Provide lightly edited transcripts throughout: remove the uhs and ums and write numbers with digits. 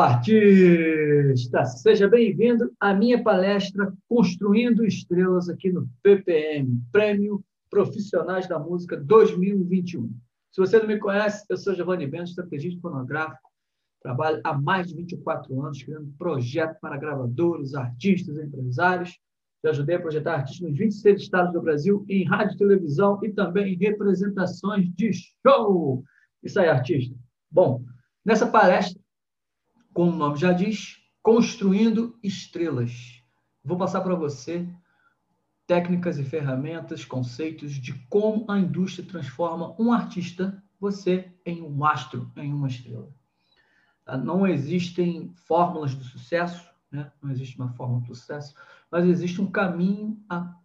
Olá, artista! Seja bem-vindo à minha palestra Construindo Estrelas aqui no PPM, Prêmio Profissionais da Música 2021. Se você não me conhece, eu sou Giovanni Bento, estrategista fonográfico. Trabalho há mais de 24 anos criando projetos para gravadores, artistas, empresários. Já ajudei a projetar artistas nos 26 estados do Brasil, em rádio e televisão e também em representações de show. Isso aí, artista. Bom, nessa palestra, como o nome já diz, Construindo Estrelas. Vou passar para você técnicas e ferramentas, conceitos de como a indústria transforma um artista, você, em um astro, em uma estrela. Não existem fórmulas do sucesso, né? Não existe uma fórmula do sucesso, mas existe um caminho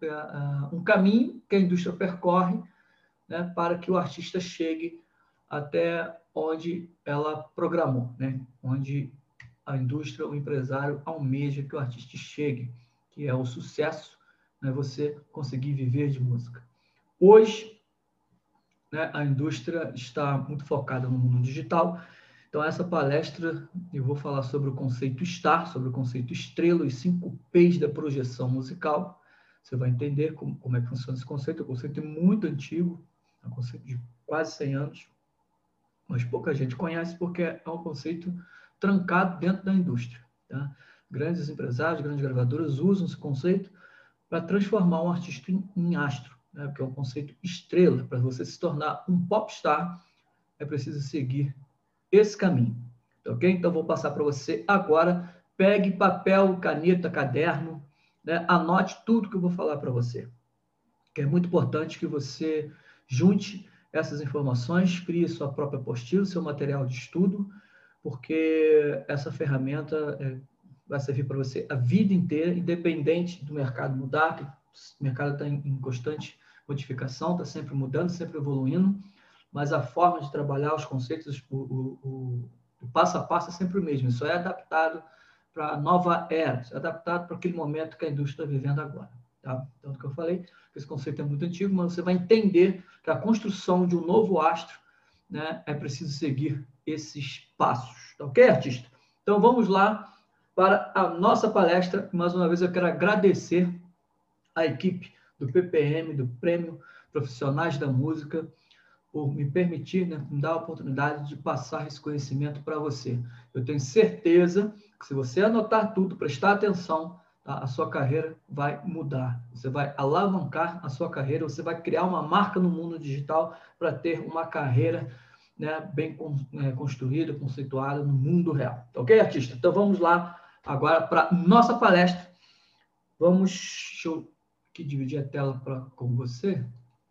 que a indústria percorre, né, para que o artista chegue até onde ela programou, né? Onde a indústria, o empresário almeja que o artista chegue, que é o sucesso, né? Você conseguir viver de música. Hoje, né, a indústria está muito focada no mundo digital. Então, essa palestra eu vou falar sobre o conceito star, sobre o conceito estrela, os 5 P's da projeção musical. Você vai entender como é que funciona esse conceito. É um conceito muito antigo, é um conceito de quase 100 anos, mas pouca gente conhece porque é um conceito trancado dentro da indústria. Tá? Grandes empresários, grandes gravadoras usam esse conceito para transformar um artista em astro, né? Porque é um conceito estrela. Para você se tornar um popstar, é preciso seguir esse caminho. Tá, ok? Então, vou passar para você agora. Pegue papel, caneta, caderno, né? Anote tudo que eu vou falar para você. Que é muito importante que você junte essas informações, crie sua própria apostila, seu material de estudo, porque essa ferramenta vai servir para você a vida inteira, independente do mercado mudar. O mercado está em constante modificação, está sempre mudando, sempre evoluindo, mas a forma de trabalhar os conceitos, o passo a passo é sempre o mesmo. Isso é adaptado para a nova era, isso é adaptado para aquele momento que a indústria está vivendo agora. Tá? Então, o que eu falei, esse conceito é muito antigo, mas você vai entender que a construção de um novo astro, né, é preciso seguir esses passos. Tá ok, artista? Então, vamos lá para a nossa palestra. Mais uma vez, eu quero agradecer a equipe do PPM, do Prêmio Profissionais da Música, por me permitir, né, me dar a oportunidade de passar esse conhecimento para você. Eu tenho certeza que se você anotar tudo, prestar atenção, a sua carreira vai mudar. Você vai alavancar a sua carreira, você vai criar uma marca no mundo digital para ter uma carreira, né, bem construída, conceituada no mundo real. Ok, artista? Então vamos lá agora para nossa palestra. Deixa eu aqui dividir a tela com você.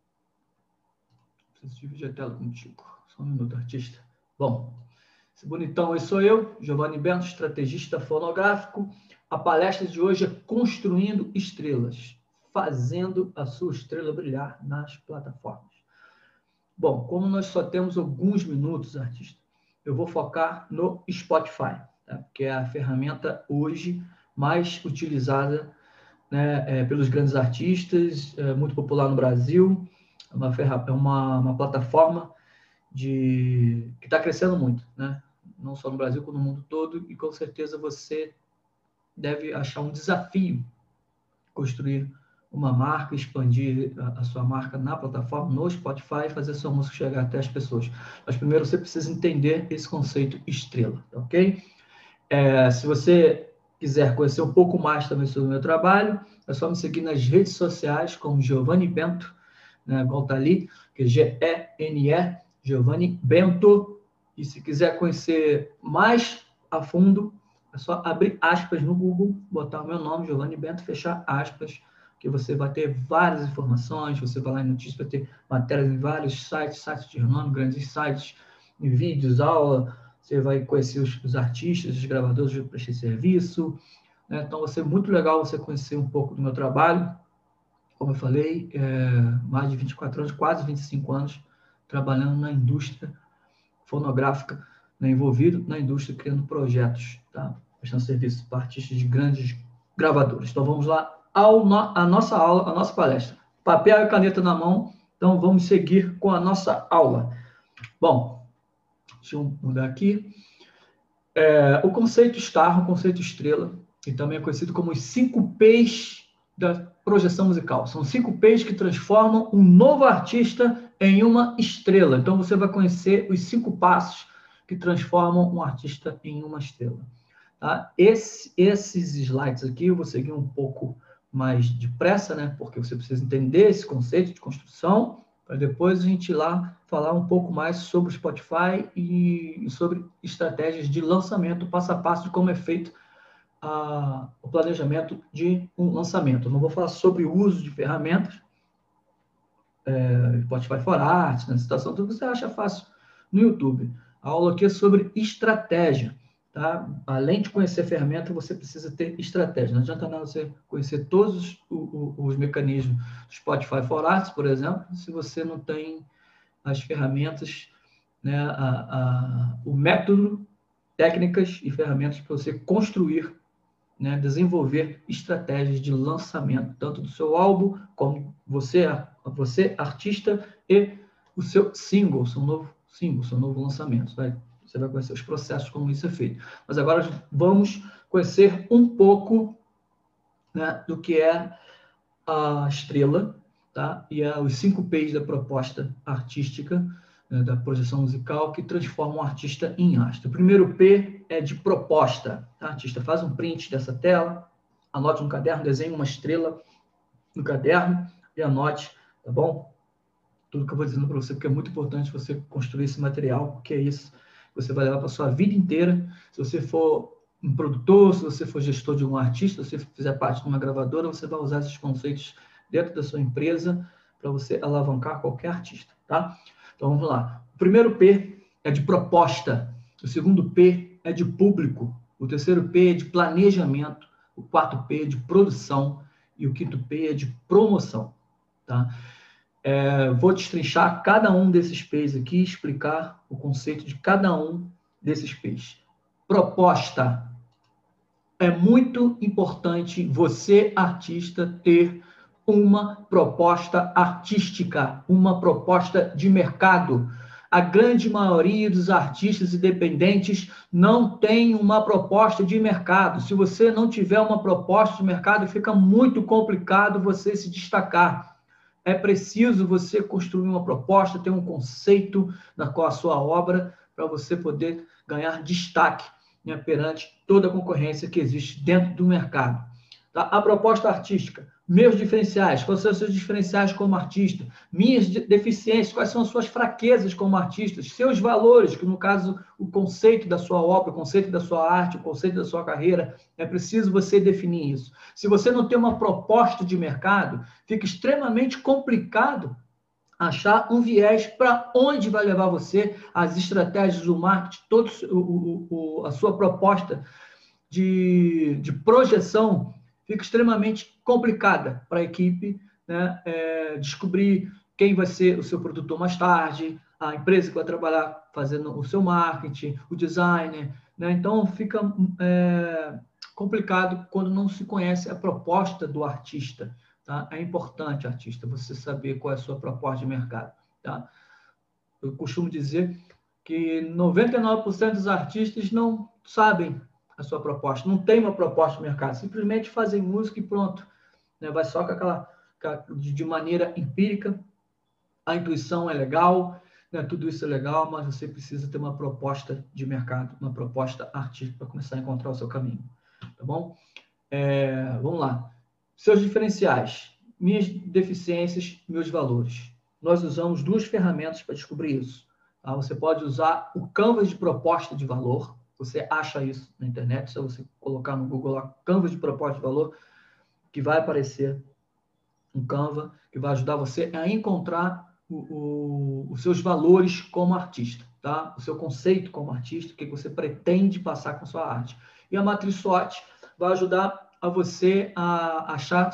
Preciso dividir a tela contigo. Só um minuto, artista. Bom, esse bonitão aí sou eu, Giovanni Bento, estrategista fonográfico. A palestra de hoje é Construindo Estrelas, fazendo a sua estrela brilhar nas plataformas. Bom, como nós só temos alguns minutos, artista, eu vou focar no Spotify, tá? Que é a ferramenta hoje mais utilizada, né, pelos grandes artistas, muito popular no Brasil. É uma plataforma que está crescendo muito, né? Não só no Brasil, como no mundo todo, e com certeza você deve achar um desafio construir uma marca, expandir a sua marca na plataforma, no Spotify, fazer a sua música chegar até as pessoas. Mas primeiro você precisa entender esse conceito estrela, ok? Se você quiser conhecer um pouco mais também sobre o meu trabalho, é só me seguir nas redes sociais como Giovanni Bento, né, igual tá ali, que é G-E-N-E, Giovanni Bento. E se quiser conhecer mais a fundo, é só abrir aspas no Google, botar o meu nome, Giovanni Bento, fechar aspas, que você vai ter várias informações, você vai lá em notícias, vai ter matérias em vários sites de renome, grandes sites, em vídeos, aula, você vai conhecer os artistas, os gravadores que eu prestei serviço, né? Então vai ser muito legal você conhecer um pouco do meu trabalho. Como eu falei, mais de 24 anos, quase 25 anos, trabalhando na indústria fonográfica, né, envolvido na indústria, criando projetos, tá? Prestando serviço para artistas de grandes gravadoras. Então, vamos lá à nossa aula, à nossa palestra. Papel e caneta na mão, então vamos seguir com a nossa aula. Bom, deixa eu mudar aqui. O conceito star, o conceito estrela, que também é conhecido como os 5 P's da projeção musical. São 5 P's que transformam um novo artista em uma estrela. Então, você vai conhecer os 5 passos que transformam um artista em uma estrela. Tá? Esses slides aqui eu vou seguir um pouco mais depressa, né? Porque você precisa entender esse conceito de construção, para depois a gente ir lá falar um pouco mais sobre o Spotify e sobre estratégias de lançamento, passo a passo de como é feito o planejamento de um lançamento. Eu não vou falar sobre o uso de ferramentas, Spotify for Arts, na situação, tudo você acha fácil no YouTube. A aula aqui é sobre estratégia. Tá? Além de conhecer a ferramenta, você precisa ter estratégia. Não adianta nada você conhecer todos os mecanismos do Spotify for Arts, por exemplo, se você não tem as ferramentas, né, o método, técnicas e ferramentas para você construir, né, desenvolver estratégias de lançamento, tanto do seu álbum, como você artista, e o seu single, seu novo lançamento. Você vai conhecer os processos, como isso é feito. Mas agora vamos conhecer um pouco, né, do que é a estrela, tá? E os 5 P's da proposta artística, né, da projeção musical, que transforma um artista em astro. O primeiro P é de proposta. Tá? Artista, faz um print dessa tela, anote no caderno, desenhe uma estrela no caderno e anote, tá bom? Tudo que eu vou dizendo para você, porque é muito importante você construir esse material, porque é isso que você vai levar para a sua vida inteira. Se você for um produtor, se você for gestor de um artista, se você fizer parte de uma gravadora, você vai usar esses conceitos dentro da sua empresa para você alavancar qualquer artista, tá? Então, vamos lá. O primeiro P é de proposta. O segundo P é de público. O terceiro P é de planejamento. O quarto P é de produção. E o quinto P é de promoção, tá? Vou destrinchar cada um desses P's aqui e explicar o conceito de cada um desses P's. Proposta. É muito importante você, artista, ter uma proposta artística, uma proposta de mercado. A grande maioria dos artistas independentes não tem uma proposta de mercado. Se você não tiver uma proposta de mercado, fica muito complicado você se destacar. É preciso você construir uma proposta, ter um conceito com a sua obra para você poder ganhar destaque, né, perante toda a concorrência que existe dentro do mercado. Tá? A proposta artística, meus diferenciais, quais são os seus diferenciais como artista, minhas deficiências, quais são as suas fraquezas como artista, seus valores, que no caso o conceito da sua obra, o conceito da sua arte, o conceito da sua carreira, é preciso você definir isso. Se você não tem uma proposta de mercado, fica extremamente complicado achar um viés para onde vai levar você, as estratégias do marketing, a sua proposta de projeção fica extremamente complicada para a equipe, né, descobrir quem vai ser o seu produtor mais tarde, a empresa que vai trabalhar fazendo o seu marketing, o designer, né? Então fica complicado quando não se conhece a proposta do artista. Tá? É importante, artista, você saber qual é a sua proposta de mercado. Tá? Eu costumo dizer que 99% dos artistas não sabem a sua proposta, não tem uma proposta de mercado, simplesmente fazem música e pronto. Né? Vai só de maneira empírica, a intuição é legal, né? Tudo isso é legal, mas você precisa ter uma proposta de mercado, uma proposta artística para começar a encontrar o seu caminho. Tá bom? Vamos lá. Seus diferenciais, minhas deficiências, meus valores. Nós usamos 2 ferramentas para descobrir isso. Tá? Você pode usar o Canvas de proposta de valor. Você acha isso na internet, se você colocar no Google lá, Canvas de proposta de valor, que vai aparecer um Canva, que vai ajudar você a encontrar os seus valores como artista, tá? O seu conceito como artista, o que você pretende passar com a sua arte. E a matriz SWOT vai ajudar a você a achar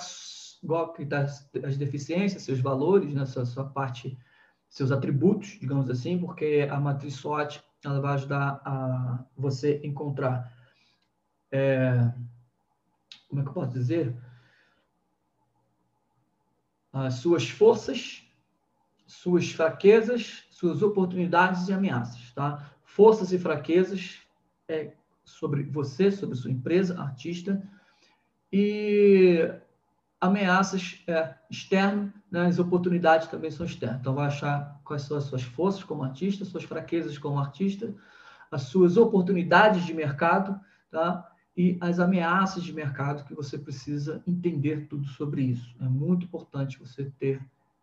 as deficiências, seus valores, né, sua parte, seus atributos, digamos assim, porque a matriz SWOT ela vai ajudar a você encontrar, como é que eu posso dizer? As suas forças, suas fraquezas, suas oportunidades e ameaças. Tá? Forças e fraquezas sobre você, sobre sua empresa, artista, e ameaças externas, né? As oportunidades também são externas. Então, vai achar quais são as suas forças como artista, suas fraquezas como artista, as suas oportunidades de mercado, tá? E as ameaças de mercado que você precisa entender tudo sobre isso. É muito importante você ter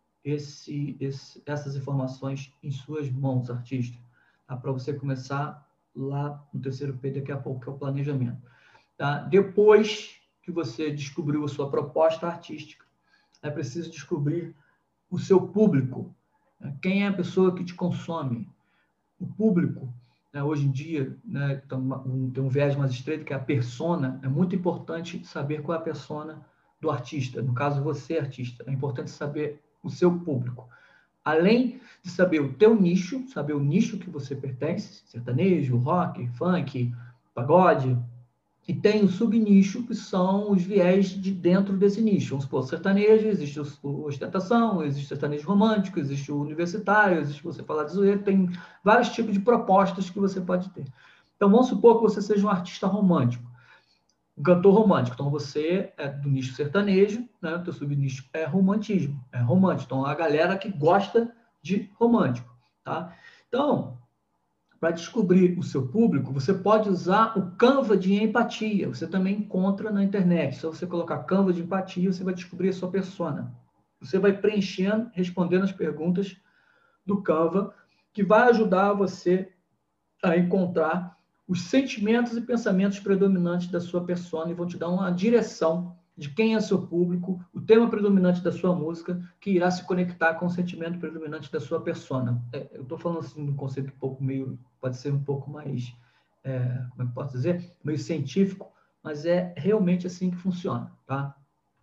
essas informações em suas mãos, artista, tá? Para você começar lá no terceiro P daqui a pouco, que é o planejamento. Tá? Depois que você descobriu a sua proposta artística, é preciso descobrir o seu público. Né? Quem é a pessoa que te consome? O público, né, hoje em dia, né, tem um viés mais estreito, que é a persona. É muito importante saber qual é a persona do artista. No caso, você, artista. É importante saber o seu público. Além de saber o teu nicho, saber o nicho que você pertence, sertanejo, rock, funk, pagode, e tem o subnicho, que são os viés de dentro desse nicho. Vamos supor, sertanejo, existe o ostentação, existe o sertanejo romântico, existe o universitário, existe você falar de zoeiro, tem vários tipos de propostas que você pode ter. Então, vamos supor que você seja um artista romântico, um cantor romântico. Então, você é do nicho sertanejo, né? O teu subnicho é romantismo, é romântico. Então, a galera que gosta de romântico, tá? Então, para descobrir o seu público, você pode usar o Canva de empatia. Você também encontra na internet. Se você colocar Canva de empatia, você vai descobrir a sua persona. Você vai preenchendo, respondendo as perguntas do Canva, que vai ajudar você a encontrar os sentimentos e pensamentos predominantes da sua persona e vão te dar uma direção de quem é seu público, o tema predominante da sua música, que irá se conectar com o sentimento predominante da sua persona. Eu estou falando assim de um conceito um pouco meio, pode ser um pouco mais, como é que posso dizer? Meio científico, mas é realmente assim que funciona, tá?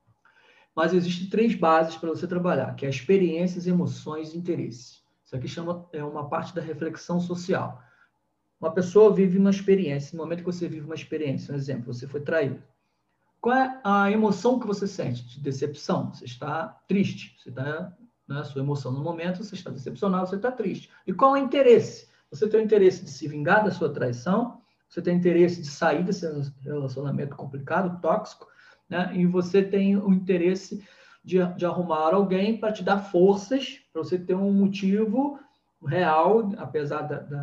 Mas existem 3 bases para você trabalhar, que é experiências, emoções e interesses. Isso aqui é uma parte da reflexão social. Uma pessoa vive uma experiência, no momento que você vive uma experiência, um exemplo, você foi traído. Qual é a emoção que você sente? De decepção. Você está triste. Você está, né, sua emoção no momento, você está decepcionado, você está triste. E qual é o interesse? Você tem o interesse de se vingar da sua traição, você tem o interesse de sair desse relacionamento complicado, tóxico, né? E você tem o interesse de arrumar alguém para te dar forças, para você ter um motivo real, apesar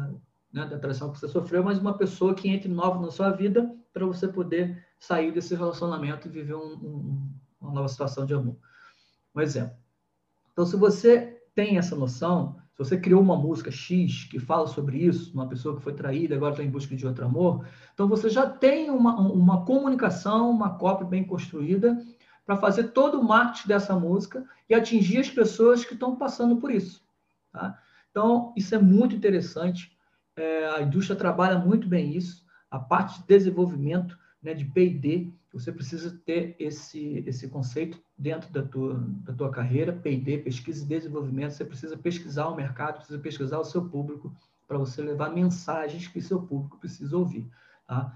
da traição que você sofreu, mas uma pessoa que entre novo na sua vida para você poder sair desse relacionamento e viver uma nova situação de amor. Um exemplo. Então, se você tem essa noção, se você criou uma música X que fala sobre isso, uma pessoa que foi traída agora está em busca de outro amor, então você já tem uma comunicação, uma cópia bem construída para fazer todo o marketing dessa música e atingir as pessoas que estão passando por isso. Tá? Então, isso é muito interessante. A indústria trabalha muito bem isso, a parte de desenvolvimento, né, de P&D, você precisa ter esse conceito dentro da tua carreira, P&D, pesquisa e desenvolvimento, você precisa pesquisar o mercado, precisa pesquisar o seu público, para você levar mensagens que seu público precisa ouvir. Tá?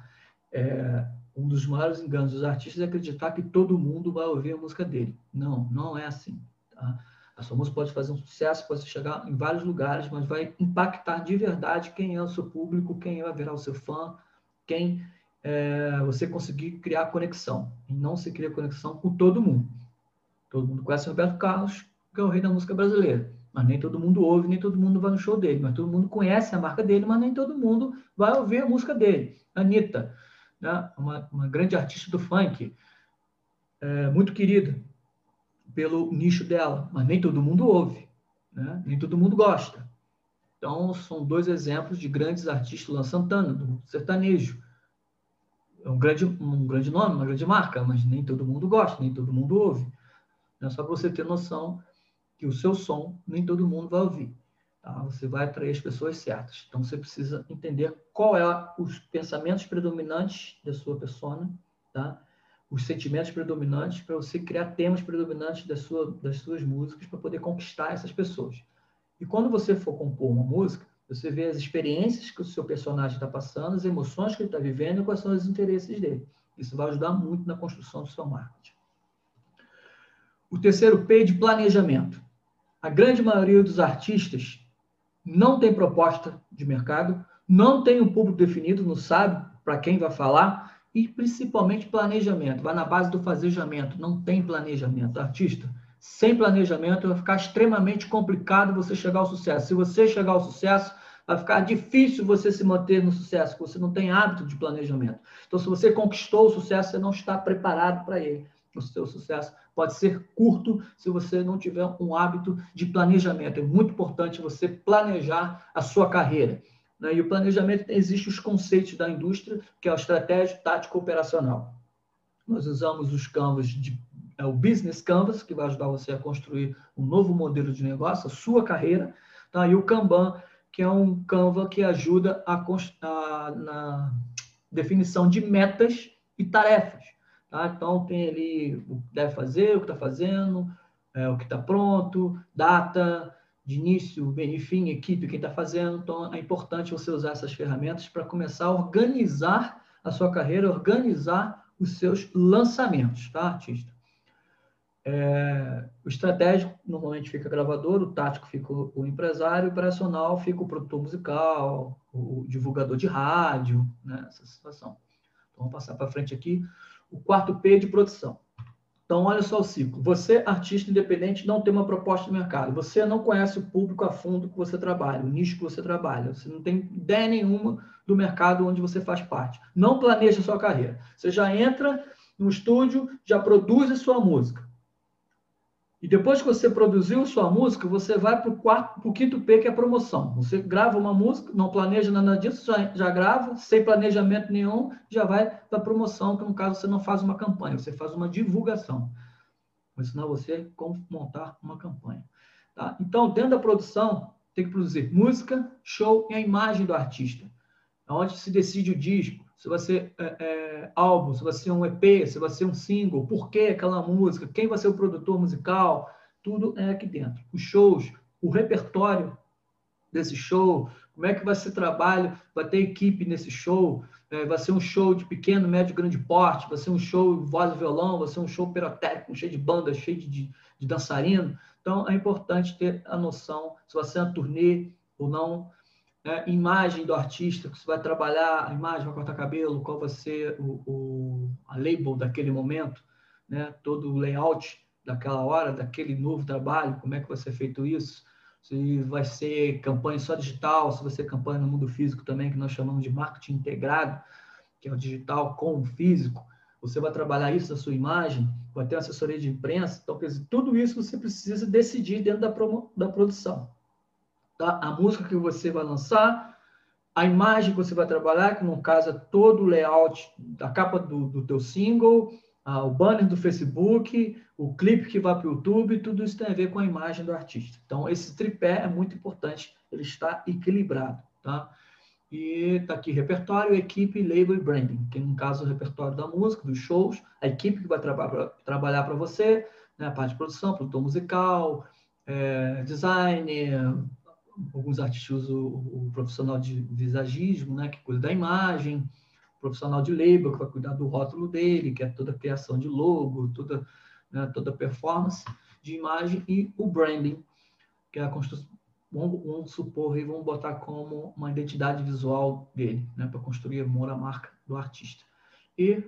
Um dos maiores enganos dos artistas é acreditar que todo mundo vai ouvir a música dele. Não, não é assim. Tá? A sua música pode fazer um sucesso, pode chegar em vários lugares, mas vai impactar de verdade quem é o seu público, quem vai virar o seu fã, quem você conseguir criar conexão. E não se cria conexão com todo mundo. Todo mundo conhece o Roberto Carlos, que é o rei da música brasileira. Mas nem todo mundo ouve, nem todo mundo vai no show dele. Mas todo mundo conhece a marca dele, mas nem todo mundo vai ouvir a música dele. Anitta, né? uma grande artista do funk, muito querida pelo nicho dela, mas nem todo mundo ouve, né? Nem todo mundo gosta. Então, são 2 exemplos de grandes artistas. Luan Santana, do sertanejo. É um grande nome, uma grande marca, mas nem todo mundo gosta, nem todo mundo ouve. É só para você ter noção que o seu som nem todo mundo vai ouvir. Tá? Você vai atrair as pessoas certas. Então, você precisa entender qual é os pensamentos predominantes da sua persona, tá? Os sentimentos predominantes, para você criar temas predominantes das suas músicas para poder conquistar essas pessoas. E quando você for compor uma música, você vê as experiências que o seu personagem está passando, as emoções que ele está vivendo e quais são os interesses dele. Isso vai ajudar muito na construção do seu marketing. O terceiro P é de planejamento. A grande maioria dos artistas não tem proposta de mercado, não tem um público definido, não sabe para quem vai falar, e principalmente planejamento. Vai na base do fazejamento, não tem planejamento. Artista, sem planejamento vai ficar extremamente complicado você chegar ao sucesso. Se você chegar ao sucesso, vai ficar difícil você se manter no sucesso, porque você não tem hábito de planejamento. Então, se você conquistou o sucesso, você não está preparado para ele. O seu sucesso pode ser curto se você não tiver um hábito de planejamento. É muito importante você planejar a sua carreira. E o planejamento, existem os conceitos da indústria, que é o estratégico, tático, operacional. Nós usamos os canvas, o Business Canvas, que vai ajudar você a construir um novo modelo de negócio, a sua carreira, tá? E o Kanban, que é um Canva que ajuda na definição de metas e tarefas. Tá? Então, tem ali o que deve fazer, o que está fazendo, o que está pronto, data de início, meio e fim, equipe, quem está fazendo. Então, é importante você usar essas ferramentas para começar a organizar a sua carreira, organizar os seus lançamentos, tá, artista? O estratégico normalmente fica gravador, o tático fica o empresário, o operacional fica o produtor musical, o divulgador de rádio, né, essa situação. Então, vamos passar para frente aqui. O quarto P de produção. Então, olha só o ciclo. Você, artista independente, não tem uma proposta de mercado. Você não conhece o público a fundo que você trabalha, o nicho que você trabalha. Você não tem ideia nenhuma do mercado onde você faz parte. Não planeja a sua carreira. Você já entra no estúdio, já produz a sua música. E depois que você produziu sua música, você vai para o quinto P, que é a promoção. Você grava uma música, não planeja nada disso, já grava, sem planejamento nenhum, já vai para a promoção, que no caso você não faz uma campanha, você faz uma divulgação. Vou ensinar você como montar uma campanha. Tá? Então, dentro da produção, tem que produzir música, show e a imagem do artista. Onde se decide o disco, se vai ser álbum, se vai ser um EP, se vai ser um single, por que aquela música, quem vai ser o produtor musical, tudo é aqui dentro. Os shows, o repertório desse show, como é que vai ser trabalho, vai ter equipe nesse show, vai ser um show de pequeno, médio, grande porte, vai ser um show voz e violão, vai ser um show pirotécnico, cheio de banda, cheio de dançarino. Então, é importante ter a noção se vai ser uma turnê ou não, imagem do artista, que você vai trabalhar, a imagem, vai cortar cabelo, qual vai ser a label daquele momento, né? Todo o layout daquela hora, daquele novo trabalho, como é que vai ser feito isso, se vai ser campanha só digital, se vai ser campanha no mundo físico também, que nós chamamos de marketing integrado, que é o digital com o físico. Você vai trabalhar isso na sua imagem, vai ter uma assessoria de imprensa, então, quer dizer, tudo isso você precisa decidir dentro da produção. Tá? A música que você vai lançar, a imagem que você vai trabalhar, que no caso é todo o layout da capa do teu single, o banner do Facebook, o clipe que vai para o YouTube, tudo isso tem a ver com a imagem do artista. Então, esse tripé é muito importante, ele está equilibrado. Tá? E está aqui repertório, equipe, label e branding, que no caso é o repertório da música, dos shows, a equipe que vai trabalhar para você, né, a parte de produção, produtor musical, designer, alguns artistas usam o profissional de visagismo, né, que cuida da imagem, o profissional de label, que vai cuidar do rótulo dele, que é toda a criação de logo, toda a performance de imagem, e o branding, que é a construção, vamos supor, e vamos botar como uma identidade visual dele, né, para construir a marca do artista. E,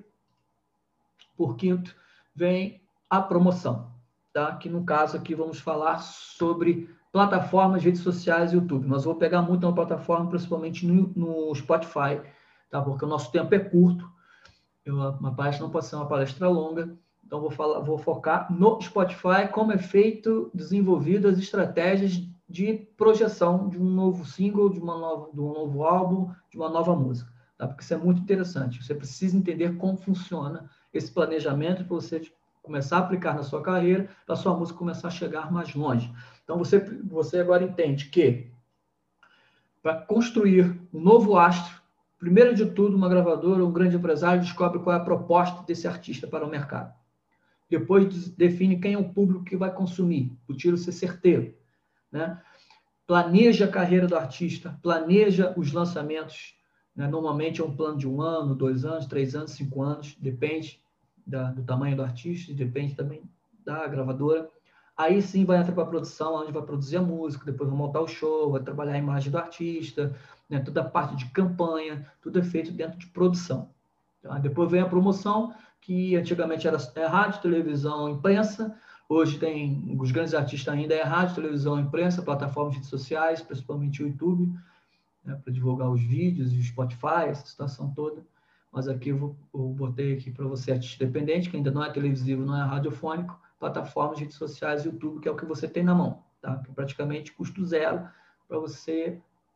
por quinto, vem a promoção, tá? Que no caso aqui vamos falar sobre plataformas, redes sociais e YouTube. Mas eu vou pegar muito na plataforma, principalmente no Spotify, tá? Porque o nosso tempo é curto. Uma palestra não pode ser uma palestra longa. Então, vou focar no Spotify, como é feito, desenvolvido as estratégias de projeção de um novo single, de um novo álbum, de uma nova música. Tá? Porque isso é muito interessante. Você precisa entender como funciona esse planejamento para você começar a aplicar na sua carreira, para a sua música começar a chegar mais longe. Então, você agora entende que para construir um novo astro, primeiro de tudo, uma gravadora, um grande empresário descobre qual é a proposta desse artista para o mercado. Depois define quem é o público que vai consumir, o tiro ser certeiro. Né? Planeja a carreira do artista, planeja os lançamentos. Né? Normalmente é um plano de 1 ano, 2 anos, 3 anos, 5 anos, depende do tamanho do artista, depende também da gravadora. Aí sim vai entrar para a produção, onde vai produzir a música, depois vai montar o show, vai trabalhar a imagem do artista, né? Toda a parte de campanha, tudo é feito dentro de produção. Tá? Depois vem a promoção, que antigamente era rádio, televisão, imprensa. Hoje tem os grandes artistas ainda é rádio, televisão, imprensa, plataformas de redes sociais, principalmente o YouTube, né, para divulgar os vídeos e o Spotify, essa situação toda. Mas aqui eu botei aqui para você artista independente, que ainda não é televisivo, não é radiofônico, plataformas de redes sociais, YouTube, que é o que você tem na mão, tá? Que é praticamente custo zero para você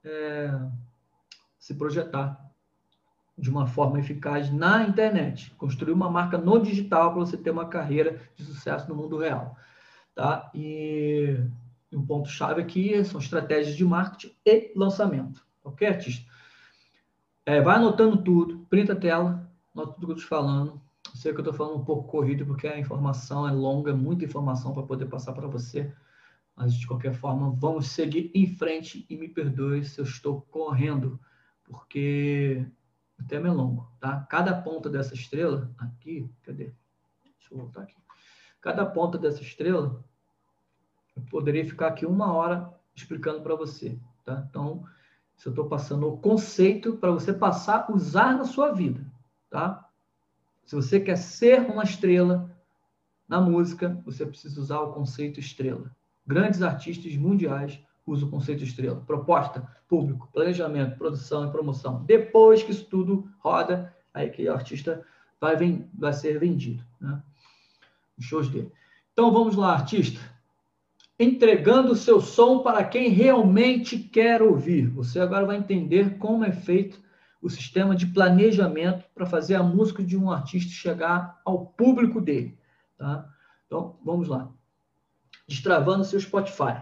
se projetar de uma forma eficaz na internet, construir uma marca no digital para você ter uma carreira de sucesso no mundo real, tá? E um ponto-chave aqui são estratégias de marketing e lançamento, ok, artista? Vai anotando tudo, printa a tela, anota tudo que eu estou te falando. Eu sei que eu estou falando um pouco corrido, porque a informação é longa, muita informação para poder passar para você, mas de qualquer forma, vamos seguir em frente e me perdoe se eu estou correndo, porque o tema é longo, tá? Cada ponta dessa estrela, aqui, cadê? Deixa eu voltar aqui. Cada ponta dessa estrela, eu poderia ficar aqui 1 hora explicando para você, tá? Então, se eu estou passando o conceito para você passar, usar na sua vida, tá? Se você quer ser uma estrela na música, você precisa usar o conceito estrela. Grandes artistas mundiais usam o conceito estrela. Proposta, público, planejamento, produção e promoção. Depois que isso tudo roda, aí que o artista vai ser vendido, né? Os shows dele. Então vamos lá, artista. Entregando o seu som para quem realmente quer ouvir. Você agora vai entender como é feito o sistema de planejamento para fazer a música de um artista chegar ao público dele, tá? Então, vamos lá. Destravando seu Spotify.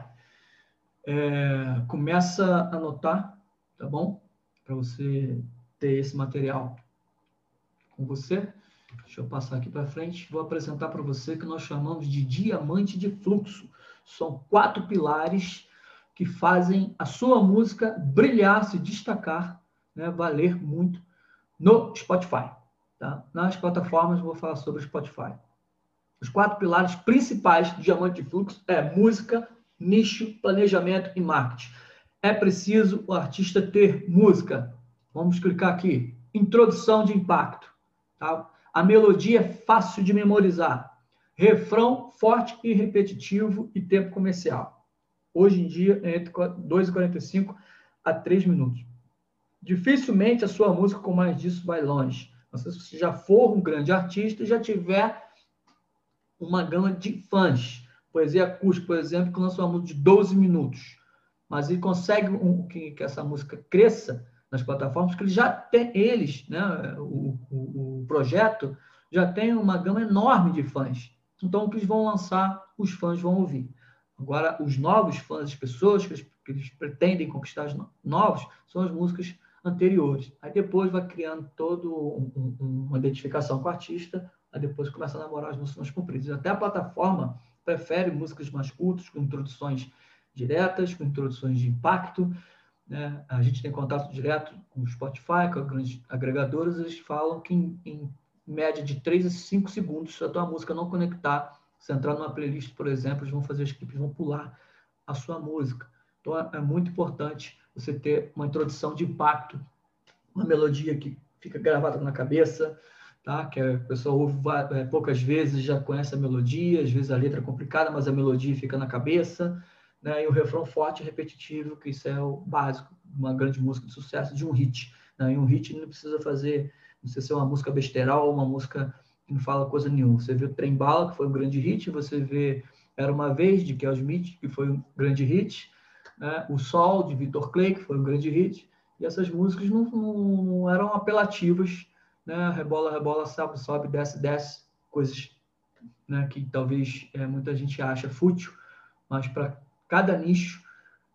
Começa a anotar, tá bom? Para você ter esse material com você. Deixa eu passar aqui para frente. Vou apresentar para você o que nós chamamos de diamante de fluxo. São 4 pilares que fazem a sua música brilhar, se destacar, né, valer muito no Spotify. Tá? Nas plataformas eu vou falar sobre o Spotify. Os 4 pilares principais do diamante de fluxo é música, nicho, planejamento e marketing. É preciso o artista ter música. Vamos clicar aqui. Introdução de impacto. Tá? A melodia é fácil de memorizar. Refrão forte e repetitivo e tempo comercial. Hoje em dia, é entre 2,45 a 3 minutos. Dificilmente a sua música com mais disso vai longe. Não sei se você já for um grande artista e já tiver uma gama de fãs. Poesia Acústica, por exemplo, que lançou uma música de 12 minutos. Mas ele consegue que essa música cresça nas plataformas, porque eles, né, o projeto, já tem uma gama enorme de fãs. Então, o que eles vão lançar, os fãs vão ouvir. Agora, os novos fãs, as pessoas que eles pretendem conquistar novos, são as músicas anteriores. Aí depois vai criando toda uma identificação com o artista, aí depois começa a namorar as músicas mais compridas. Até a plataforma prefere músicas mais curtas, com introduções diretas, com introduções de impacto, né? A gente tem contato direto com o Spotify, com as grandes agregadoras, eles falam que em média de 3 a 5 segundos, se a tua música não conectar, se entrar numa playlist, por exemplo, eles vão fazer as equipes, vão pular a sua música. Então, é muito importante você ter uma introdução de impacto, uma melodia que fica gravada na cabeça, tá? Que a pessoa ouve poucas vezes, já conhece a melodia, às vezes a letra é complicada, mas a melodia fica na cabeça, né? E o refrão forte e repetitivo, que isso é o básico de uma grande música de sucesso, de um hit, né? E um hit não precisa ser uma música besteira ou uma música que não fala coisa nenhuma. Você vê o Trem Bala, que foi um grande hit, você vê Era Uma Vez, de Kel Smith, que foi um grande hit, né? O Sol, de Victor Clay, que foi um grande hit, e essas músicas não eram apelativas, né? Rebola, rebola, sobe, sobe, desce, desce, coisas, né, que talvez muita gente acha fútil, mas para cada nicho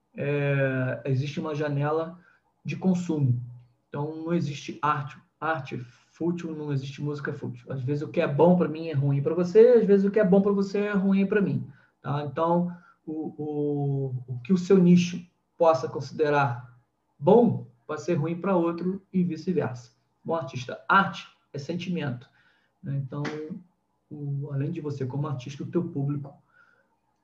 existe uma janela de consumo. Então não existe arte fútil, não existe música fútil. Às vezes o que é bom para mim é ruim para você, às vezes o que é bom para você é ruim para mim. Tá? Então o que o seu nicho possa considerar bom pode ser ruim para outro e vice-versa. Bom, artista, arte é sentimento, né? Então, além de você como artista, o teu público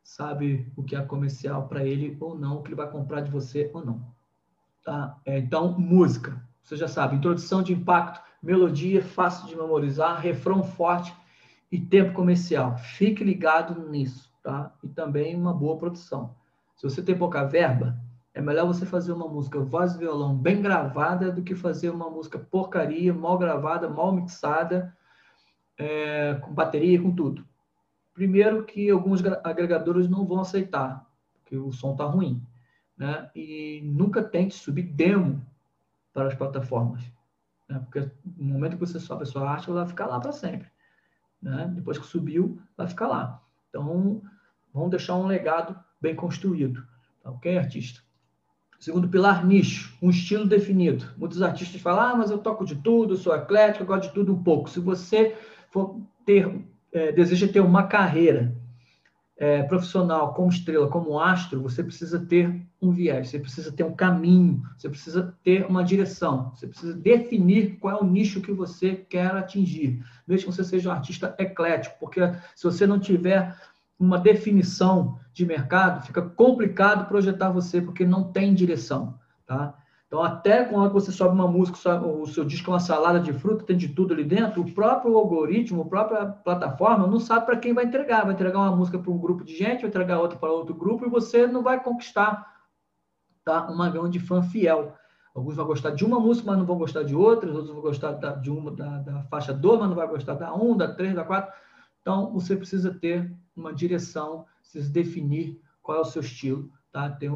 sabe o que é comercial para ele ou não, o que ele vai comprar de você ou não. Tá? Então, música. Você já sabe, introdução de impacto, melodia fácil de memorizar, refrão forte e tempo comercial. Fique ligado nisso, tá? E também uma boa produção. Se você tem pouca verba, é melhor você fazer uma música voz e violão bem gravada do que fazer uma música porcaria, mal gravada, mal mixada, com bateria, com tudo. Primeiro que alguns agregadores não vão aceitar, porque o som está ruim, né? E nunca tente subir demo para as plataformas, né? Porque no momento que você sobe a sua arte, ela vai ficar lá para sempre, né? Depois que subiu, vai ficar lá. Então, vamos deixar um legado bem construído, tá ok, artista? Segundo pilar, nicho, um estilo definido. Muitos artistas falam, mas eu toco de tudo, eu sou eclético, eu gosto de tudo um pouco. Se você for deseja ter uma carreira profissional como estrela, como astro, você precisa ter um viés, você precisa ter um caminho, você precisa ter uma direção, você precisa definir qual é o nicho que você quer atingir, mesmo que você seja um artista eclético, porque se você não tiver uma definição de mercado, fica complicado projetar você, porque não tem direção, tá? Então, até quando você sobe uma música, o seu disco é uma salada de fruta, tem de tudo ali dentro, o próprio algoritmo, a própria plataforma não sabe para quem vai entregar. Vai entregar uma música para um grupo de gente, vai entregar outra para outro grupo, e você não vai conquistar, tá, uma grande fã fiel. Alguns vão gostar de uma música, mas não vão gostar de outras, outros vão gostar da faixa 2, mas não vai gostar da 1, da 3, da 4. Então, você precisa ter uma direção, precisa definir qual é o seu estilo, tá? Ter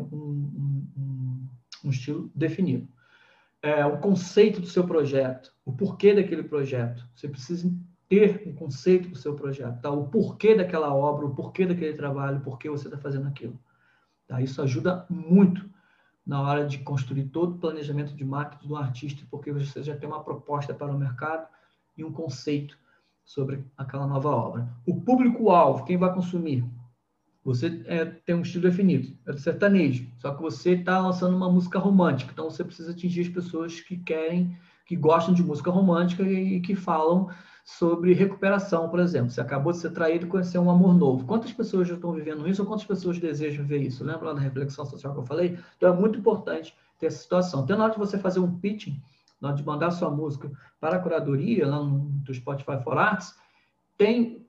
um estilo definido. O conceito do seu projeto, o porquê daquele projeto. Você precisa ter um conceito do seu projeto, tá? O porquê daquela obra, o porquê daquele trabalho, o porquê você está fazendo aquilo. Tá? Isso ajuda muito na hora de construir todo o planejamento de marketing do artista, porque você já tem uma proposta para o mercado e um conceito sobre aquela nova obra. O público-alvo, quem vai consumir? Você tem um estilo definido, é do sertanejo, só que você está lançando uma música romântica, então você precisa atingir as pessoas que gostam de música romântica e que falam sobre recuperação, por exemplo. Você acabou de ser traído e conhecer um amor novo. Quantas pessoas já estão vivendo isso ou quantas pessoas desejam ver isso? Lembra lá da reflexão social que eu falei? Então é muito importante ter essa situação. Então, na hora de você fazer um pitching, na hora de mandar sua música para a curadoria, lá do Spotify for Arts, tem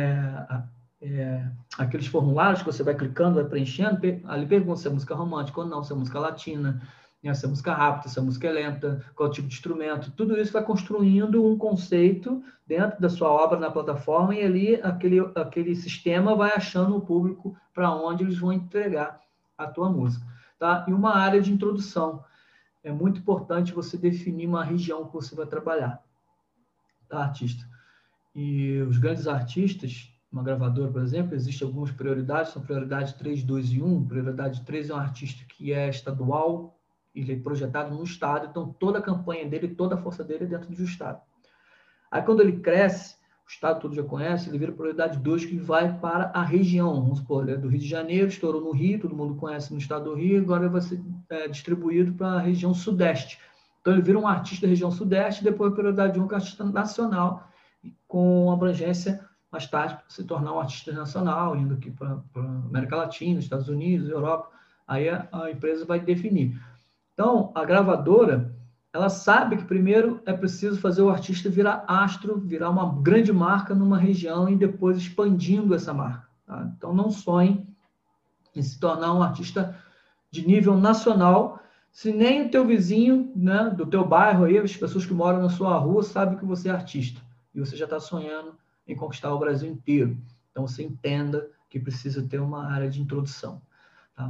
aqueles formulários que você vai clicando, vai preenchendo, ali pergunta se é música romântica ou não, se é música latina, se é música rápida, se é música lenta, qual tipo de instrumento. Tudo isso vai construindo um conceito dentro da sua obra na plataforma e ali aquele sistema vai achando o público para onde eles vão entregar a tua música. Tá? E uma área de introdução. É muito importante você definir uma região que você vai trabalhar, tá, artista? E os grandes artistas, uma gravadora, por exemplo, existem algumas prioridades, são prioridade 3, 2 e 1. Prioridade 3 é um artista que é estadual, ele é projetado no estado, então toda a campanha dele, toda a força dele é dentro do estado. Aí quando ele cresce, o estado todo já conhece, ele vira prioridade 2, que vai para a região. Vamos supor, ele é do Rio de Janeiro, estourou no Rio, todo mundo conhece no estado do Rio, agora ele vai ser distribuído para a região sudeste. Então ele vira um artista da região sudeste, depois prioridade 1, que é um artista nacional, com abrangência mais tarde para se tornar um artista nacional, indo aqui para a América Latina, Estados Unidos, Europa. Aí a empresa vai definir. Então, a gravadora, ela sabe que primeiro é preciso fazer o artista virar astro, virar uma grande marca numa região e depois expandindo essa marca. Tá? Então, não sonhe em se tornar um artista de nível nacional, se nem o teu vizinho, né, do teu bairro, aí, as pessoas que moram na sua rua, sabem que você é artista. E você já está sonhando em conquistar o Brasil inteiro. Então, você entenda que precisa ter uma área de introdução. Tá?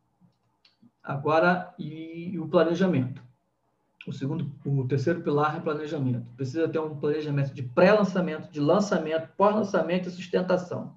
Agora, e o planejamento. O terceiro pilar é planejamento. Precisa ter um planejamento de pré-lançamento, de lançamento, pós-lançamento e sustentação.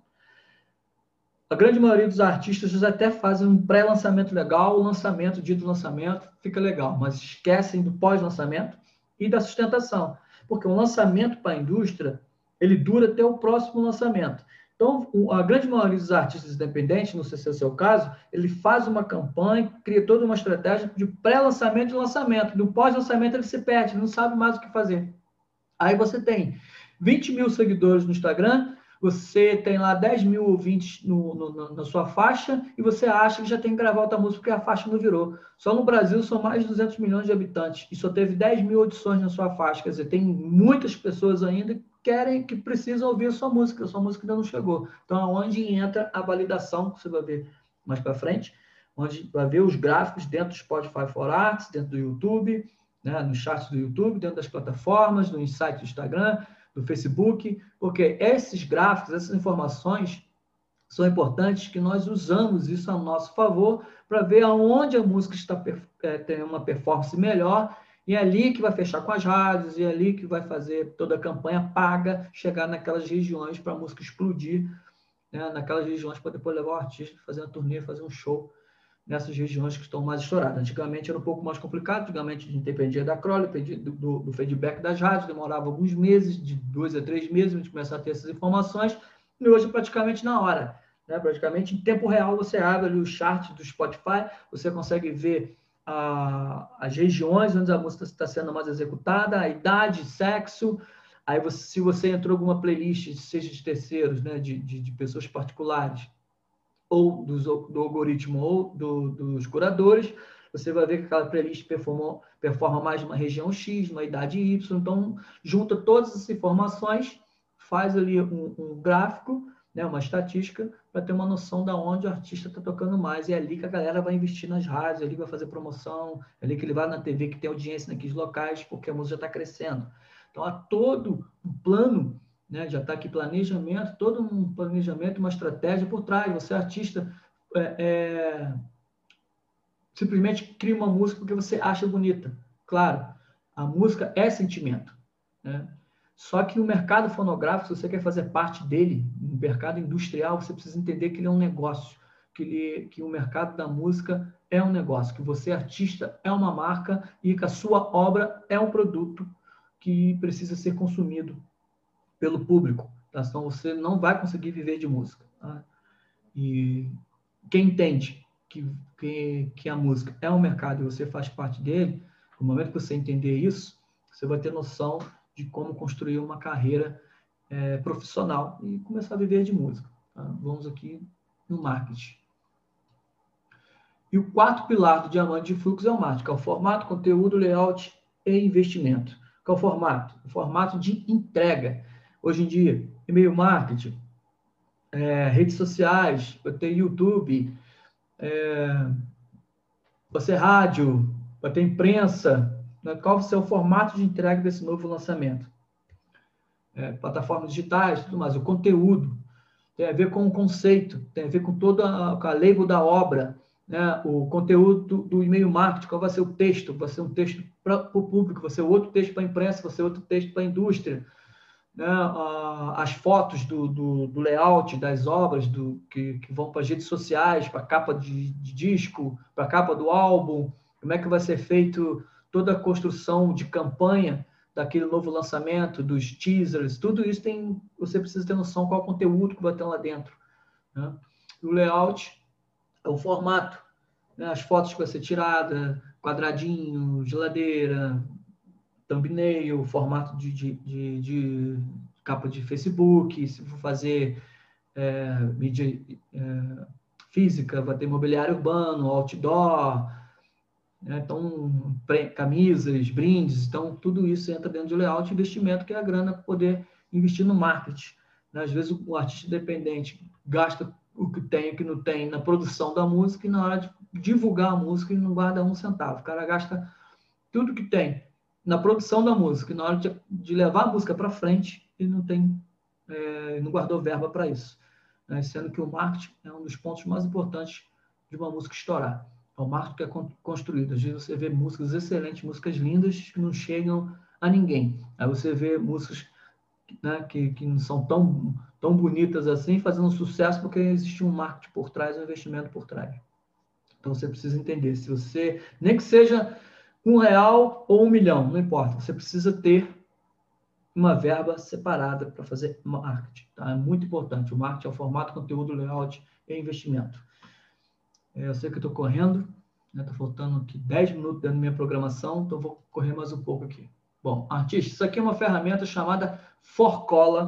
A grande maioria dos artistas até fazem um pré-lançamento legal, o lançamento, o dia do lançamento, fica legal, mas esquecem do pós-lançamento e da sustentação. Porque um lançamento para a indústria, ele dura até o próximo lançamento. Então, a grande maioria dos artistas independentes, não sei se é o seu caso, ele faz uma campanha, cria toda uma estratégia de pré-lançamento e lançamento. No pós-lançamento ele se perde, ele não sabe mais o que fazer. Aí você tem 20 mil seguidores no Instagram, Você tem lá 10 mil ouvintes na sua faixa e você acha que já tem que gravar outra música porque a faixa não virou. Só no Brasil são mais de 200 milhões de habitantes e só teve 10 mil audições na sua faixa. Quer dizer, tem muitas pessoas ainda que precisam ouvir a sua música ainda não chegou. Então, aonde entra a validação, que você vai ver mais para frente, onde vai ver os gráficos dentro do Spotify for Arts, dentro do YouTube, né, nos charts do YouTube, dentro das plataformas, no insight do Instagram, do Facebook, porque esses gráficos, essas informações são importantes que nós usamos isso a nosso favor para ver aonde a música está tem uma performance melhor e é ali que vai fechar com as rádios e é ali que vai fazer toda a campanha paga chegar naquelas regiões para a música explodir, né, naquelas regiões para depois levar o artista, fazer uma turnê, fazer um show nessas regiões que estão mais estouradas. Antigamente era um pouco mais complicado, antigamente a gente dependia da Crowley, do feedback das rádios, demorava alguns meses, de 2 a 3 meses, a gente começar a ter essas informações, e hoje praticamente na hora, né? Praticamente em tempo real você abre ali o chart do Spotify, você consegue ver as regiões onde a música está sendo mais executada, a idade, sexo, aí se você entrou em alguma playlist, seja de terceiros, né, de pessoas particulares, ou do algoritmo ou dos curadores, você vai ver que aquela playlist performa mais numa região X, numa idade Y, então junta todas essas informações, faz ali um gráfico, né, uma estatística, para ter uma noção de onde o artista está tocando mais, e é ali que a galera vai investir nas rádios, é ali que vai fazer promoção, é ali que ele vai na TV que tem audiência naqueles locais, porque a música já está crescendo. Então há todo um plano, né, já está aqui planejamento, todo um planejamento, uma estratégia por trás. Você, artista, simplesmente cria uma música porque você acha bonita. Claro, a música é sentimento, né? Só que o mercado fonográfico, se você quer fazer parte dele, no mercado industrial, você precisa entender que ele é um negócio, que o mercado da música é um negócio, que você, artista, é uma marca e que a sua obra é um produto que precisa ser consumido pelo público, tá? Senão você não vai conseguir viver de música, tá? E quem entende que a música é um mercado e você faz parte dele, no momento que você entender isso, você vai ter noção de como construir uma carreira profissional e começar a viver de música, tá? Vamos aqui no marketing. E o quarto pilar do diamante de fluxo é o marketing, que é o formato, conteúdo, layout e investimento. Qual é o formato? O formato de entrega. Hoje em dia, e-mail marketing, redes sociais, vai ter YouTube, vai ser rádio, vai ter imprensa. Né? Qual vai ser o formato de entrega desse novo lançamento? Plataformas digitais, tudo mais. O conteúdo tem a ver com o conceito, tem a ver com toda a label da obra, né? O conteúdo do e-mail marketing, qual vai ser o texto? Vai ser um texto para o público, vai ser outro texto para a imprensa, vai ser outro texto para a indústria. Né, as fotos do layout das obras que vão para as redes sociais, para a capa de disco, para a capa do álbum, como é que vai ser feito toda a construção de campanha daquele novo lançamento, dos teasers, tudo isso você precisa ter noção qual é o conteúdo que vai ter lá dentro. Né? O layout é o formato, né, as fotos que vai ser tirada, quadradinho, geladeira, thumbnail, formato de capa de Facebook, se for fazer mídia física, vai ter mobiliário urbano, outdoor, né? Então, camisas, brindes, então tudo isso entra dentro de layout e investimento, que é a grana para poder investir no marketing. Né? Às vezes o artista independente gasta o que tem e o que não tem na produção da música e na hora de divulgar a música ele não guarda um centavo. O cara gasta tudo que tem na produção da música, e na hora de levar a música para frente, ele não guardou verba para isso. Né? Sendo que o marketing é um dos pontos mais importantes de uma música estourar. É o marketing que é construído. Às vezes você vê músicas excelentes, músicas lindas, que não chegam a ninguém. Aí você vê músicas, né, que não são tão bonitas assim, fazendo sucesso porque existe um marketing por trás, um investimento por trás. Então você precisa entender, se você, nem que seja R$1 ou 1 milhão, não importa, você precisa ter uma verba separada para fazer marketing. Tá? É muito importante. O marketing é o formato, conteúdo, layout e investimento. Eu sei que eu estou correndo, está faltando aqui 10 minutos dentro da minha programação, então vou correr mais um pouco aqui. Bom, artista, isso aqui é uma ferramenta chamada Forcola.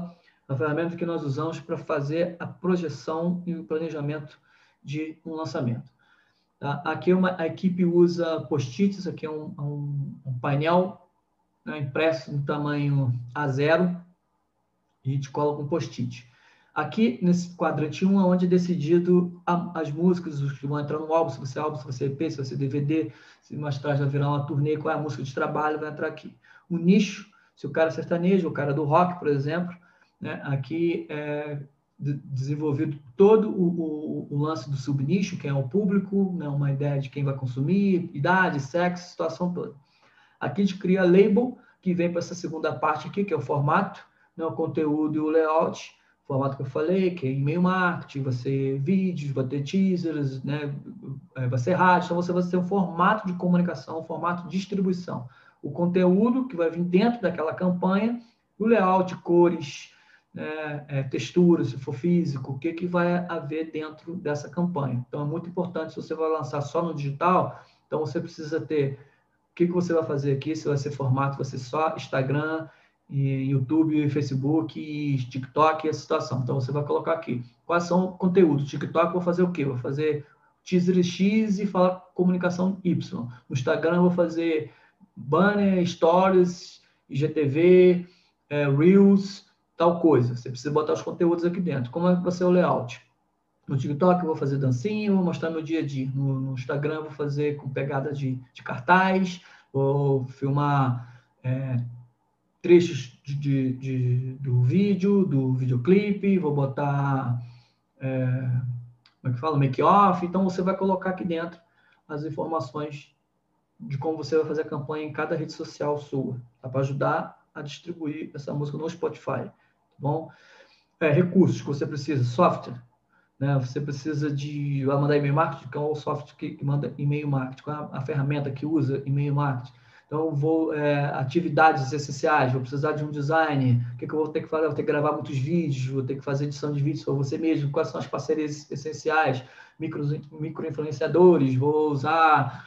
a ferramenta que nós usamos para fazer a projeção e o planejamento de um lançamento. Tá? Aqui a equipe usa post-its, aqui é um painel, né, impresso no tamanho A0, e a gente coloca um post-it. Aqui, nesse quadrante 1, é onde é decidido as músicas, os que vão entrar no álbum, se você é álbum, se você é EP, se você é DVD, se mais tarde vai virar uma turnê, qual é a música de trabalho, vai entrar aqui. O nicho, se o cara é sertanejo, o cara do rock, por exemplo, né, aqui é desenvolvido todo o lance do subnicho, que é o público, né, uma ideia de quem vai consumir, idade, sexo, situação toda. Aqui a gente cria label, que vem para essa segunda parte aqui, que é o formato, né, o conteúdo e o layout, formato que eu falei, que é e-mail marketing, vai ser vídeos, vai ter teasers, né, vai ser rádio, então você vai ter um formato de comunicação, um formato de distribuição. O conteúdo que vai vir dentro daquela campanha, o layout, cores, né, textura, se for físico, o que vai haver dentro dessa campanha. Então é muito importante, se você vai lançar só no digital, então você precisa ter o que você vai fazer aqui, se vai ser formato, vai ser só Instagram, e YouTube, Facebook, e TikTok, essa situação. Então, você vai colocar aqui, quais são os conteúdos. TikTok, vou fazer o quê? Vou fazer teaser X e falar comunicação Y. No Instagram, eu vou fazer banner, stories, IGTV, Reels, tal coisa. Você precisa botar os conteúdos aqui dentro. Como é que vai ser o layout? No TikTok eu vou fazer dancinha, vou mostrar meu dia a dia. No Instagram eu vou fazer com pegada de cartaz, vou filmar trechos do vídeo, do videoclipe, vou botar, como é que fala? Make-off. Então você vai colocar aqui dentro as informações de como você vai fazer a campanha em cada rede social sua, tá? Para ajudar a distribuir essa música no Spotify, tá bom? Recursos que você precisa, software. Né? Você precisa vai mandar e-mail marketing, que é o software que manda e-mail marketing, qual é a ferramenta que usa e-mail marketing. Então, atividades essenciais, vou precisar de um designer, o que eu vou ter que fazer? Vou ter que gravar muitos vídeos, vou ter que fazer edição de vídeos para você mesmo, quais são as parcerias essenciais, micro-influenciadores, vou usar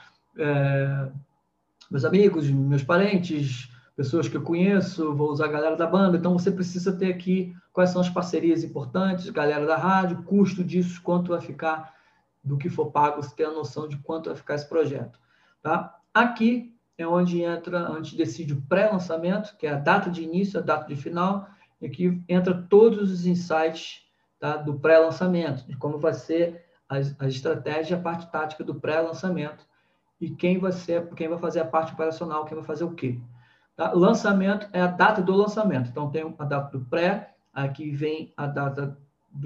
meus amigos, meus parentes, pessoas que eu conheço, vou usar a galera da banda. Então, você precisa ter aqui quais são as parcerias importantes, galera da rádio, custo disso, quanto vai ficar do que for pago, você tem a noção de quanto vai ficar esse projeto. Tá? Aqui é onde gente decide o pré-lançamento, que é a data de início, a data de final, e aqui entra todos os insights, tá, do pré-lançamento, de como vai ser a estratégia, a parte tática do pré-lançamento, e quem vai fazer a parte operacional, quem vai fazer o quê. Tá? Lançamento é a data do lançamento. Então, tem a data do pré, aqui vem a data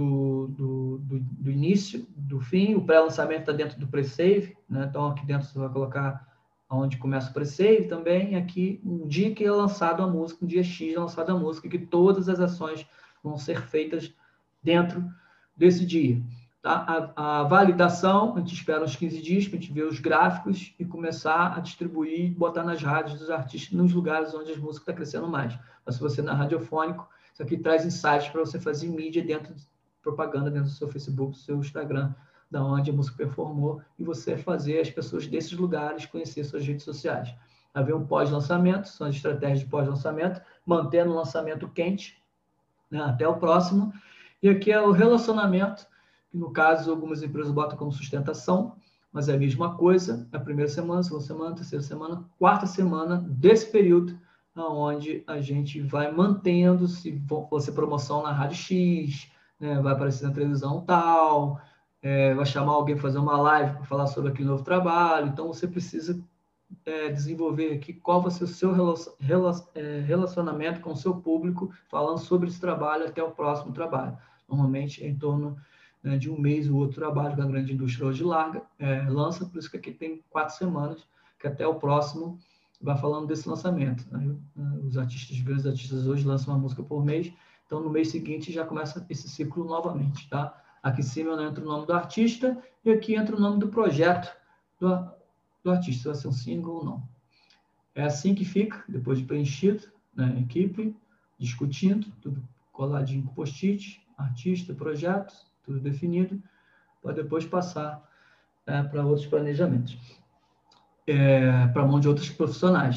do início, do fim. O pré-lançamento está dentro do pre-save, né? Então, aqui dentro você vai colocar onde começa o pre-save também. Aqui, um dia que é lançado a música, um dia X é lançada a música, que todas as ações vão ser feitas dentro desse dia. Tá? A validação, a gente espera uns 15 dias para a gente ver os gráficos e começar a distribuir e botar nas rádios dos artistas nos lugares onde as músicas estão crescendo mais. Mas se você é radiofônico, isso aqui traz insights para você fazer mídia propaganda dentro do seu Facebook, do seu Instagram, da onde a música performou, e você fazer as pessoas desses lugares conhecer suas redes sociais. Haver um pós-lançamento, são as estratégias de pós-lançamento, mantendo o lançamento quente, né, até o próximo. E aqui é o relacionamento, que no caso algumas empresas botam como sustentação, mas é a mesma coisa, a primeira semana, segunda semana, terceira semana, quarta semana desse período, onde a gente vai mantendo, se for ser promoção na Rádio X, né, vai aparecer na televisão tal, vai chamar alguém para fazer uma live para falar sobre aquele novo trabalho, então você precisa desenvolver aqui qual vai ser o seu relacionamento com o seu público, falando sobre esse trabalho até o próximo trabalho. Normalmente é em torno de um mês o outro trabalho que a grande indústria hoje lança, por isso que aqui tem 4 semanas, que até o próximo vai falando desse lançamento. Né? Os grandes artistas hoje lançam uma música por mês, então no mês seguinte já começa esse ciclo novamente. Tá? Aqui em cima entra o nome do artista e aqui entra o nome do projeto do artista, se vai ser um single ou não. É assim que fica, depois de preenchido, né? Equipe, discutindo, tudo coladinho com post-it, artista, projeto, tudo definido, para depois passar para outros planejamentos, para a mão de outros profissionais.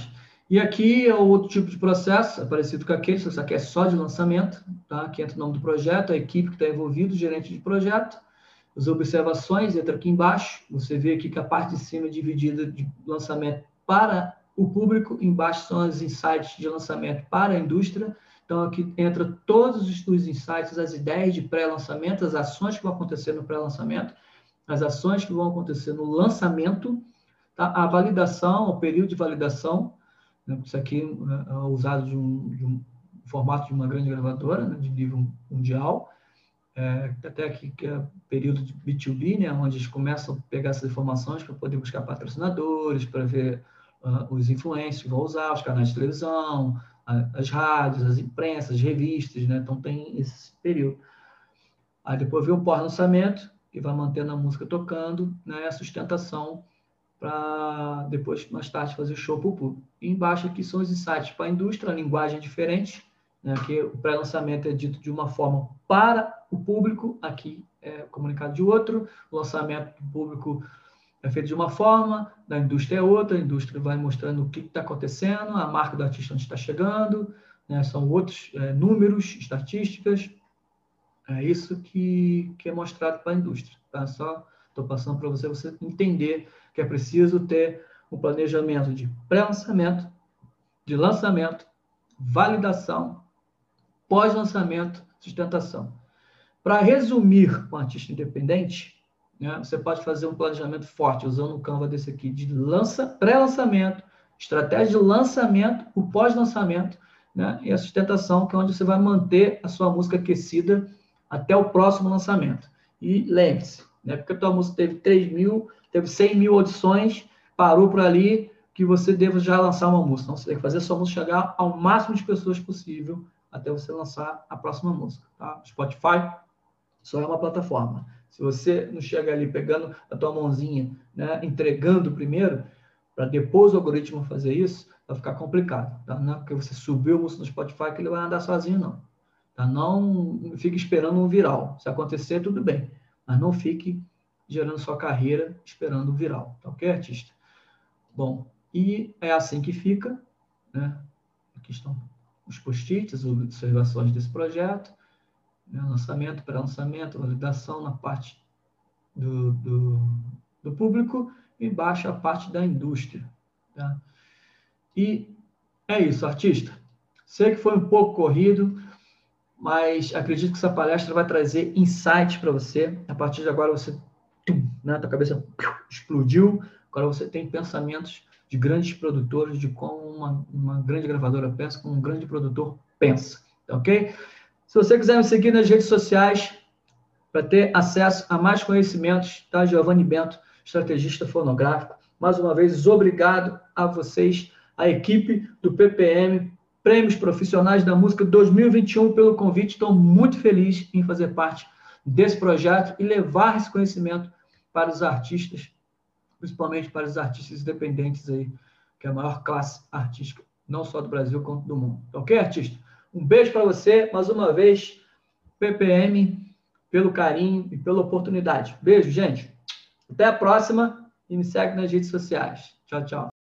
E aqui é outro tipo de processo, é parecido com aquele, só que é só de lançamento, tá? Aqui entra o nome do projeto, a equipe que está envolvida, o gerente de projeto, as observações, entra aqui embaixo, você vê aqui que a parte de cima é dividida de lançamento para o público, embaixo são as insights de lançamento para a indústria, então aqui entra todos os insights, as ideias de pré-lançamento, as ações que vão acontecer no pré-lançamento, as ações que vão acontecer no lançamento, tá? A validação, o período de validação, né? Isso aqui é usado de um formato de uma grande gravadora, né? De nível mundial, até aqui que é período de B2B, né? Onde eles começam a pegar essas informações para poder buscar patrocinadores, para ver os influencers que vão usar, os canais de televisão, as rádios, as imprensas, as revistas, né? Então tem esse período. Aí depois vem o pós-lançamento, que vai mantendo a música tocando, né? A sustentação para depois, mais tarde, fazer show para o público. E embaixo aqui são os insights para a indústria, a linguagem é diferente, né? Que o pré-lançamento é dito de uma forma para o público, aqui é comunicado de outro, o lançamento do público é feito de uma forma, da indústria é outra, a indústria vai mostrando o que está acontecendo, a marca do artista onde está chegando, né? São outros números, estatísticas, é isso que é mostrado para a indústria. Tá? Só estou passando para você entender que é preciso ter um planejamento de pré-lançamento, de lançamento, validação, pós-lançamento, sustentação. Para resumir com um artista independente, né, você pode fazer um planejamento forte, usando um Canva desse aqui, de pré-lançamento, estratégia de lançamento, o pós-lançamento, né, e a sustentação, que é onde você vai manter a sua música aquecida até o próximo lançamento. E lembre-se, né, porque a tua música teve 3 mil, teve 100 mil audições, parou por ali, que você deva já lançar uma música. Então, você tem que fazer a sua música chegar ao máximo de pessoas possível até você lançar a próxima música. Tá? Spotify só é uma plataforma. Se você não chega ali pegando a tua mãozinha, né, entregando primeiro, para depois o algoritmo fazer isso, vai ficar complicado. Tá? Não é porque você subiu o música no Spotify que ele vai andar sozinho, não. Tá? Não fique esperando um viral. Se acontecer, tudo bem. Mas não fique gerando sua carreira esperando o viral. Tá ok, artista? Bom, e é assim que fica, né? Aqui estão os post-its, as observações desse projeto, né? Lançamento, pré-lançamento, validação na parte do público e embaixo a parte da indústria. Tá? E é isso, artista. Sei que foi um pouco corrido, mas acredito que essa palestra vai trazer insights para você. A partir de agora você, né, tua cabeça explodiu, agora você tem pensamentos de grandes produtores, de como uma grande gravadora pensa, como um grande produtor pensa, tá ok? Se você quiser me seguir nas redes sociais para ter acesso a mais conhecimentos, tá? Giovanni Bento, estrategista fonográfico. Mais uma vez, obrigado a vocês, a equipe do PPM, Prêmios Profissionais da Música 2021, pelo convite. Estou muito feliz em fazer parte desse projeto e levar esse conhecimento para os artistas, principalmente para os artistas independentes aí, que é a maior classe artística, não só do Brasil, quanto do mundo. Ok, artista? Um beijo para você, mais uma vez, PPM, pelo carinho e pela oportunidade. Beijo, gente. Até a próxima e me segue nas redes sociais. Tchau, tchau.